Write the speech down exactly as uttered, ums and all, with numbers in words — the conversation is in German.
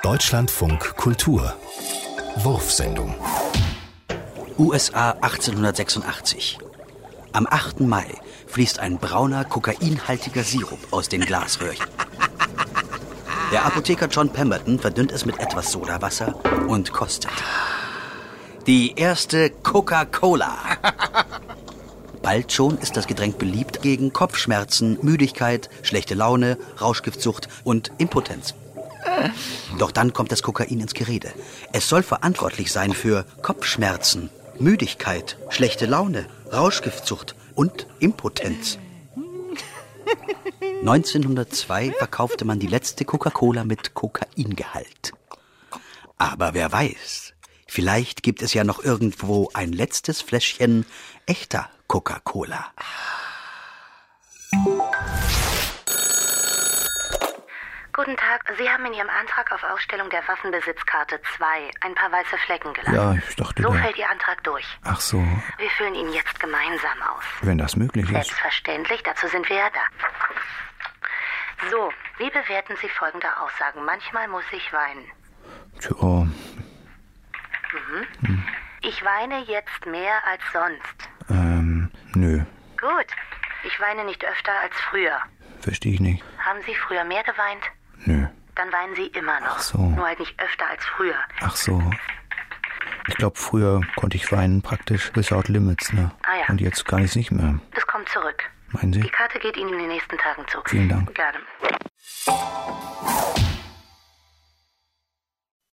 Deutschlandfunk Kultur Wurfsendung. U S A achtzehnhundertsechsundachtzig. Am achten Mai fließt ein brauner, kokainhaltiger Sirup aus den Glasröhrchen. Der Apotheker John Pemberton verdünnt es mit etwas Sodawasser und kostet. Die erste Coca-Cola. Bald schon ist das Getränk beliebt gegen Kopfschmerzen, Müdigkeit, schlechte Laune, Rauschgiftsucht und Impotenz. Doch dann kommt das Kokain ins Gerede. Es soll verantwortlich sein für Kopfschmerzen, Müdigkeit, schlechte Laune, Rauschgiftsucht und Impotenz. neunzehnhundertzwei verkaufte man die letzte Coca-Cola mit Kokaingehalt. Aber wer weiß, vielleicht gibt es ja noch irgendwo ein letztes Fläschchen echter Coca-Cola. Guten Tag, Sie haben in Ihrem Antrag auf Ausstellung der Waffenbesitzkarte zwei ein paar weiße Flecken gelassen. Ja, ich dachte... So da... fällt Ihr Antrag durch. Ach so. Wir füllen ihn jetzt gemeinsam aus. Wenn das möglich ist. Selbstverständlich, dazu sind wir ja da. So, wie bewerten Sie folgende Aussagen? Manchmal muss ich weinen. Tja... Mhm. Hm. Ich weine jetzt mehr als sonst. Ähm, nö. Gut. Ich weine nicht öfter als früher. Verstehe ich nicht. Haben Sie früher mehr geweint? Nö. Dann weinen Sie immer noch. Ach so. Nur halt nicht öfter als früher. Ach so. Ich glaube, früher konnte ich weinen praktisch without limits, ne? Ah ja. Und jetzt gar nicht mehr. Das kommt zurück. Meinen Sie? Die Karte geht Ihnen in den nächsten Tagen zu. Vielen Dank. Gerne.